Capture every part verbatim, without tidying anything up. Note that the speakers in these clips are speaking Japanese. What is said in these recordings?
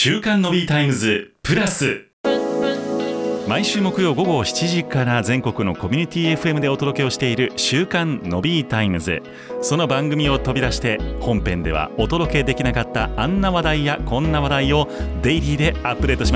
週刊の B タイムズプラス、毎週木曜午後しちじから全国のコミュニティ エフエム でお届けをしている週刊の B タイムズ。その番組を飛び出して本編ではお届けできなかったあんな話題やこんな話題をデイリーでアップデートします。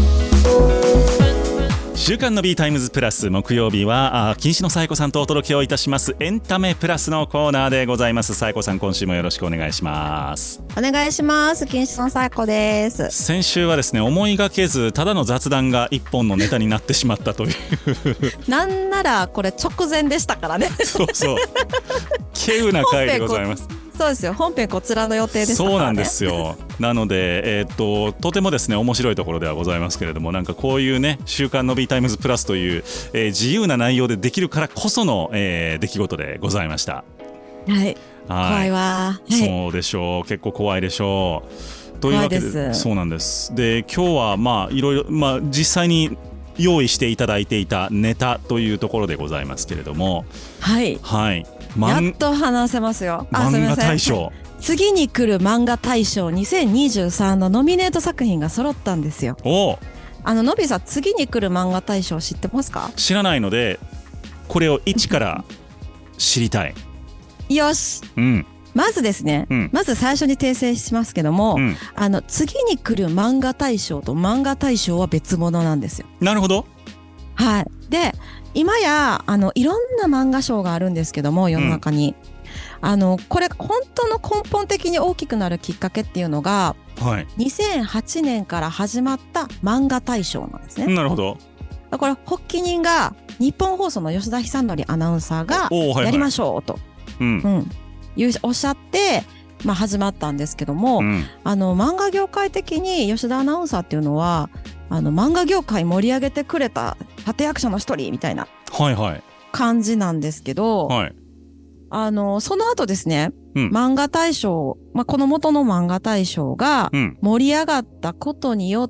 週刊の B タイムズプラス、木曜日は金子の紗友子さんとお届けをいたしますエンタメプラスのコーナーでございます。紗友子さん、今週もよろしくお願いします。 お願いします。金子の紗友子です。 先週はですね、思いがけずただの雑談が一本のネタになってしまったというなんならこれ直前でしたからねそうそう、稀有な回でございます。 そうですよ、本編こちらの予定でしたからね。 そうなんですよ。なので、えー、っととてもですね面白いところではございますけれども、なんかこういうね週刊の B タイムズプラスという、えー、自由な内容でできるからこその、えー、出来事でございました。 はい、はい、怖いわ、はい、 そうでしょう、結構怖いでしょう。というわけ で, でそうなんです。で、今日はまあいろいろ、まあ、実際に用意していただいていたネタというところでございますけれども、 はい、 はい、 やっと話せますよ。あ、 漫画大賞、 次に来る漫画大賞にせんにじゅうさんのノミネート作品が揃ったんですよ。 おあののびさん、次に来る漫画大賞知ってますか？ 知らないのでこれを一から知りたい。 よし、 うん、 まずですね、うん、まず最初に訂正しますけども、うん、あの次に来る漫画大賞と漫画大賞は別物なんですよ。 なるほど。 はい。で、今やあのいろんな漫画賞があるんですけども、世の中に、うん、あのこれ本当の根本的に大きくなるきっかけっていうのが、はい、にせんはちねんから始まった漫画大賞なんですね。 なるほど。 だから発起人が日本放送の吉田久典アナウンサーがやりましょうと、はいはい、うんうん、おっしゃって、まあ、始まったんですけども、うん、あの漫画業界的に吉田アナウンサーっていうのはあの漫画業界盛り上げてくれた立役者の一人みたいな感じなんですけど、はいはい、あのその後ですね、うん、漫画大賞、まあ、この元の漫画大賞が盛り上がったことによって、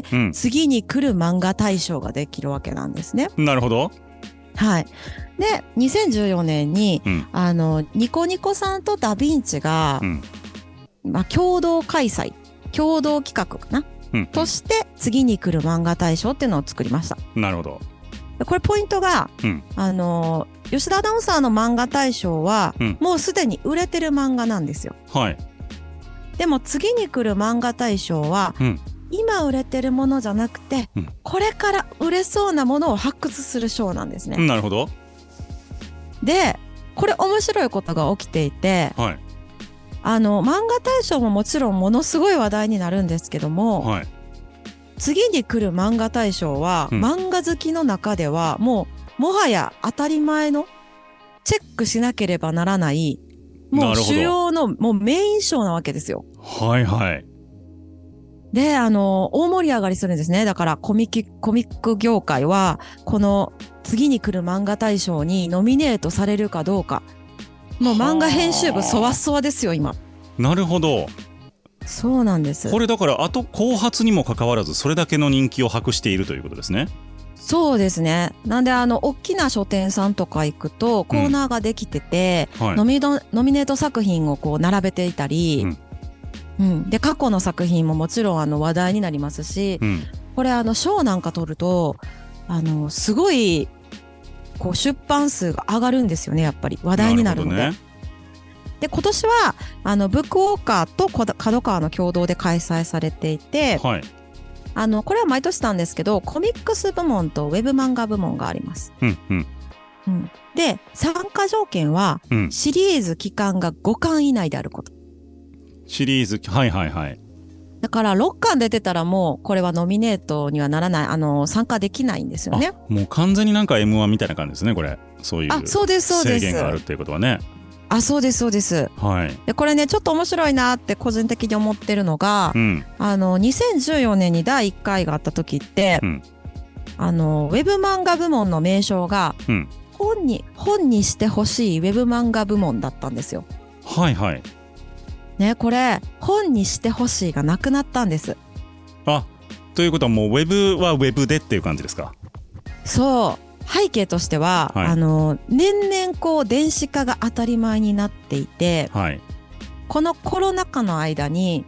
うん、次に来る漫画大賞ができるわけなんですね。 なるほど。 はい。で、にせんじゅうよねんに、うん、あのニコニコさんとダヴィンチが、うんまあ、共同開催共同企画かな、うん、として次に来る漫画大賞っていうのを作りました。 なるほど。 これポイントが、うん、あの吉田アナウンサーの漫画大賞は、うん、もうすでに売れてる漫画なんですよ。はい。でも次に来る漫画大賞は、うん、今売れてるものじゃなくて、うん、これから売れそうなものを発掘する賞なんですね。 なるほど。 で、これ面白いことが起きていて、はい、あの漫画大賞ももちろんものすごい話題になるんですけども、はい、次に来る漫画大賞は、うん、漫画好きの中ではもうもはや当たり前のチェックしなければならないもう主要のもうメイン賞なわけですよ。 はいはい。 で、あの大盛り上がりするんですね。だからコミック、コミック業界はこの次に来る漫画大賞にノミネートされるかどうか、もう漫画編集部そわそわですよ今。 なるほど。 そうなんです。 これだから後後発にもかかわらずそれだけの人気を博しているということですね。 そうですね。なんであの大きな書店さんとか行くとコーナーができてて、うんはい、ノミノ、ノミネート作品をこう並べていたり、うんうん、で過去の作品ももちろんあの話題になりますし、うん、これあの賞なんか取るとあのすごいこう出版数が上がるんですよね。やっぱり話題になるので。なるほどね。で今年はあのブックウォーカーと角川の共同で開催されていて、はい、あのこれは毎年なんですけどコミックス部門とウェブ漫画部門があります、うんうんうん、で参加条件は、うん、シリーズ期間がごかん以内であること。 シリーズ、はいはいはい。 だからろっかん出てたらもうこれはノミネートにはならない、あの参加できないんですよね。 もう完全になんか エムワン みたいな感じですねこれ。そういう制限があるっていうことはね。 あ、そうですそうです、はい、でこれねちょっと面白いなって個人的に思ってるのが、うん、あのにせんじゅうよねんにだいいっかいがあった時って、うん、あのウェブ漫画部門の名称が、うん、本に本にしてほしいウェブ漫画部門だったんですよ。 はいはいね、これ本にしてほしいがなくなったんです。 あ、ということはもうウェブはウェブでっていう感じですか。 そう、背景としては、はい、あの年々こう電子化が当たり前になっていて、はい、このコロナ禍の間に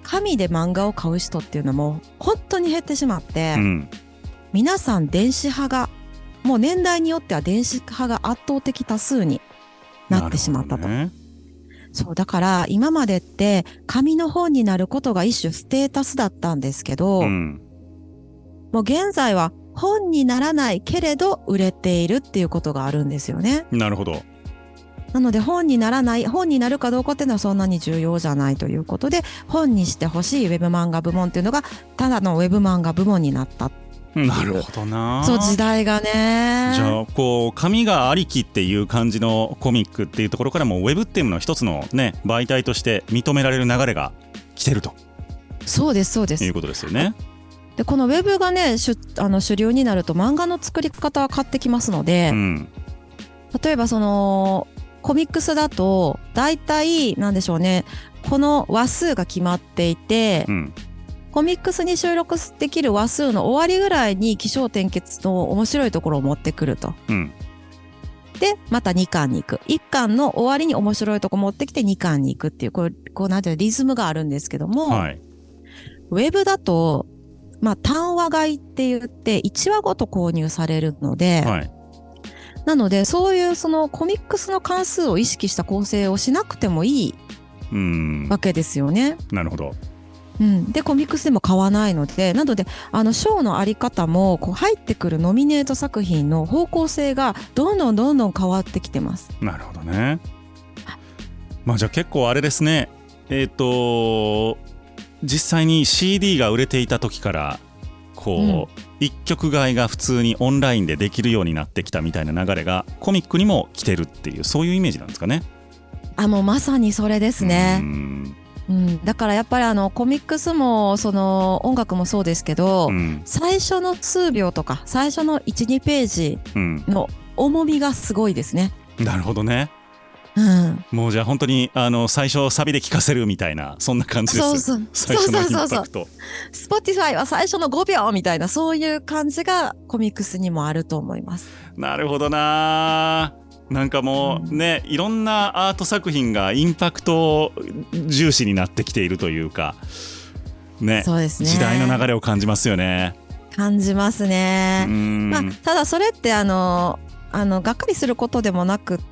紙で漫画を買う人っていうのも本当に減ってしまって、 うん、 皆さん電子派がもう年代によっては電子派が圧倒的多数になってしまったと。 ね、 そうだから今までって紙の本になることが一種ステータスだったんですけど、 うん、 もう現在は本にならないけれど売れているっていうことがあるんですよね。 なるほど。 なので本にならない本になるかどうかっていうのはそんなに重要じゃないということで、本にしてほしいウェブ漫画部門っていうのがただのウェブ漫画部門になった。 なるほどな。 そう時代がね。 じゃあこう紙がありきっていう感じのコミックっていうところからもウェブっていうのは一つのね媒体として認められる流れが来てると。 そうですそうです。 いうことですよね。 でこのウェブがね主あの主流になると漫画の作り方は変わってきますので、 うん、 例えばそのコミックスだと大体なんでしょうね、この話数が決まっていて、 うん、 コミックスに収録できる話数の終わりぐらいに起承転結の面白いところを持ってくると、 うん、 でまたにかんに行く、いっかんの終わりに面白いところ持ってきてにかんに行くっていうこうこうなんていうリズムがあるんですけども、 はい、 ウェブだとまあ単話買いって言っていちわごと購入されるので、 はい、 なのでそういうそのコミックスの関数を意識した構成をしなくてもいいわけですよね。 なるほど。 うん、でコミックスでも買わないので、なのであの賞のあり方もこう入ってくるノミネート作品の方向性がどんどんどんどん変わってきてます。 なるほどね。まあじゃあ結構あれですね、えっと実際に シーディー が売れていた時からこう、うん、一曲買いが普通にオンラインでできるようになってきたみたいな流れがコミックにも来てるっていう、そういうイメージなんですかね。 あもうまさにそれですね。 うんうん、だからやっぱりあのコミックスもその音楽もそうですけど、うん、最初の数秒とか最初の いち,に ページの重みがすごいですね。 うん、なるほどね。 うん、 もうじゃあ本当にあの最初サビで聴かせるみたいなそんな感じです。 そうそう最初のインパクト。 Spotify は最初のごびょうみたいなそういう感じがコミックスにもあると思います。 なるほどな。なんかもうね、うん、いろんなアート作品がインパクト重視になってきているというかね、 そうですね、 時代の流れを感じますよね。 感じますね。まあ、ただそれってあのあのがっかりすることでもなくって、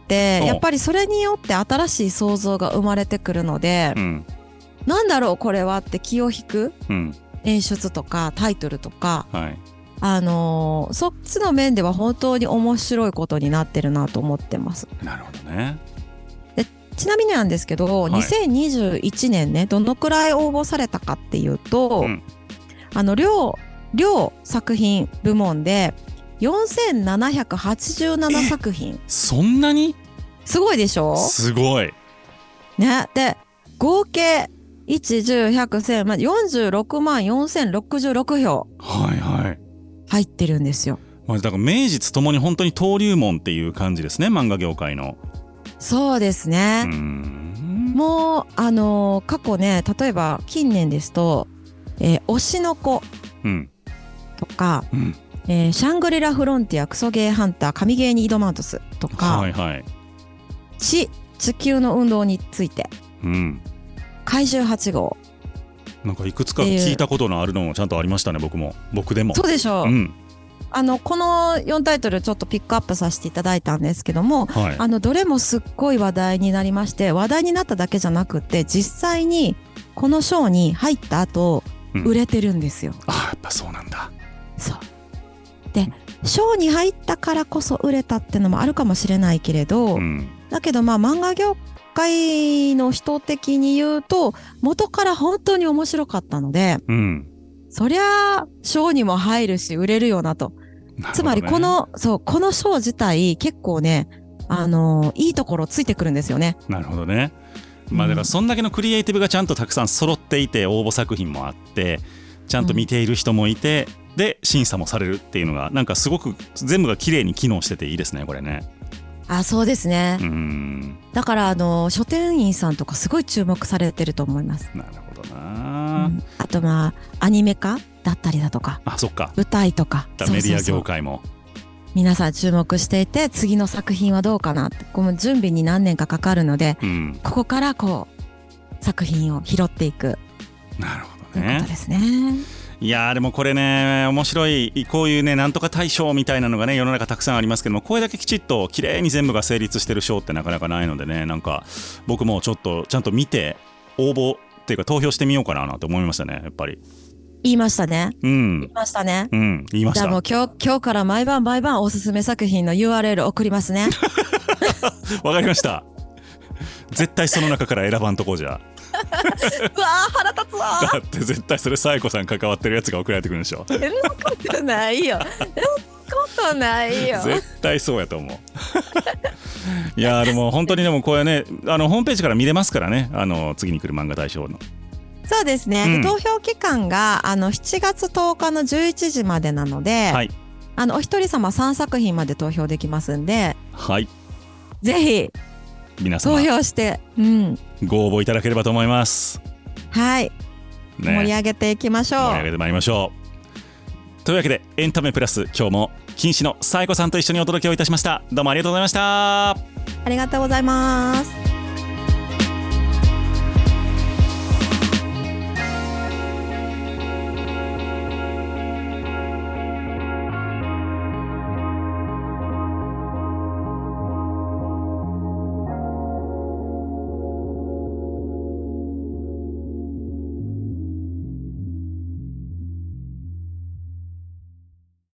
やっぱりそれによって新しい想像が生まれてくるので、うん、なんだろうこれはって気を引く演出とかタイトルとか、はい、あのー、そっちの面では本当に面白いことになってるなと思ってます。 なるほどね。 でちなみになんですけど、はい、にせんにじゅういちねんねどのくらい応募されたかっていうと、うん、あの両両作品部門でよんせんななひゃくはちじゅうななさくひん。 そんなにすごいでしょ。 すごいね。で合計いち、じゅう、ひゃく、せん、まあ、よんじゅうろくまんよんせんろくじゅうろくひょうはいはい入ってるんですよ。 まあ、だから名実ともに本当に登竜門っていう感じですね、漫画業界の。 そうですね。うーんもうあのー、過去ね、例えば近年ですと、えー、推しの子とか、うんうんえー、シャングリラフロンティアクソゲーハンター神ゲーに挑まんとすとか、はいはい、地地球の運動について、うん、怪獣はち号なんかいくつか聞いたことのあるのもちゃんとありましたね。僕も僕でもそうでしょう、うん、あのこのよんタイトルちょっとピックアップさせていただいたんですけども、はい、あのどれもすっごい話題になりまして、話題になっただけじゃなくて実際にこの賞に入った後、うん、売れてるんですよ。 あやっぱそうなんだ。 そうで賞に入ったからこそ売れたってのもあるかもしれないけれど、うん、だけどまあ漫画業界の人的に言うと元から本当に面白かったので、うん、そりゃ賞にも入るし売れるよなと。なるほどね。つまりこのそうこの賞自体結構ねあのいいところついてくるんですよね。 なるほどね。まあだからそんだけのクリエイティブがちゃんとたくさん揃っていて応募作品もあってちゃんと見ている人もいて、うん、で審査もされるっていうのがなんかすごく全部が綺麗に機能してていいですねこれね。 あそうですね。うんだからあの書店員さんとかすごい注目されてると思います。 なるほどな、うん、 あとまあアニメ化だったりだとか、 あそっか舞台とかメディア業界も皆さん注目していて次の作品はどうかなってこの準備に何年かかかるので、うん、ここからこう作品を拾っていくなるほどね。 ということですね。 いやーでもこれね面白い、こういうねなんとか大賞みたいなのがね世の中たくさんありますけども、これだけきちっと綺麗に全部が成立してる賞ってなかなかないのでね、なんか僕もちょっとちゃんと見て応募っていうか投票してみようかななんて思いましたね。やっぱり言いましたね。 うん。 言いましたね。 うん、言いました。 じゃあもう今日、今日から毎晩毎晩おすすめ作品の ユーアールエル 送りますね。 わかりました。絶対その中から選ばんとこじゃ。 うわー腹立つわ。 だって絶対それサイコさん関わってるやつが送られてくるんでしょ。 そんなことないよ。そんなことないよ。 絶対そうやと思う。いやでも本当にでもこれねあのホームページから見れますからね、あの次に来る漫画大賞の。 そうですね、うん、投票期間があのしちがつとおかのじゅういちじまでなので、はい、あのお一人様さんさく品まで投票できますんで、 はい、 ぜひ皆様投票して、うん、 ご応募いただければと思います。 はい、ね、盛り上げていきましょう。 盛り上げてまいりましょう。というわけでエンタメプラス、今日も金子のサイコさんと一緒にお届けをいたしました。どうもありがとうございました。 ありがとうございます。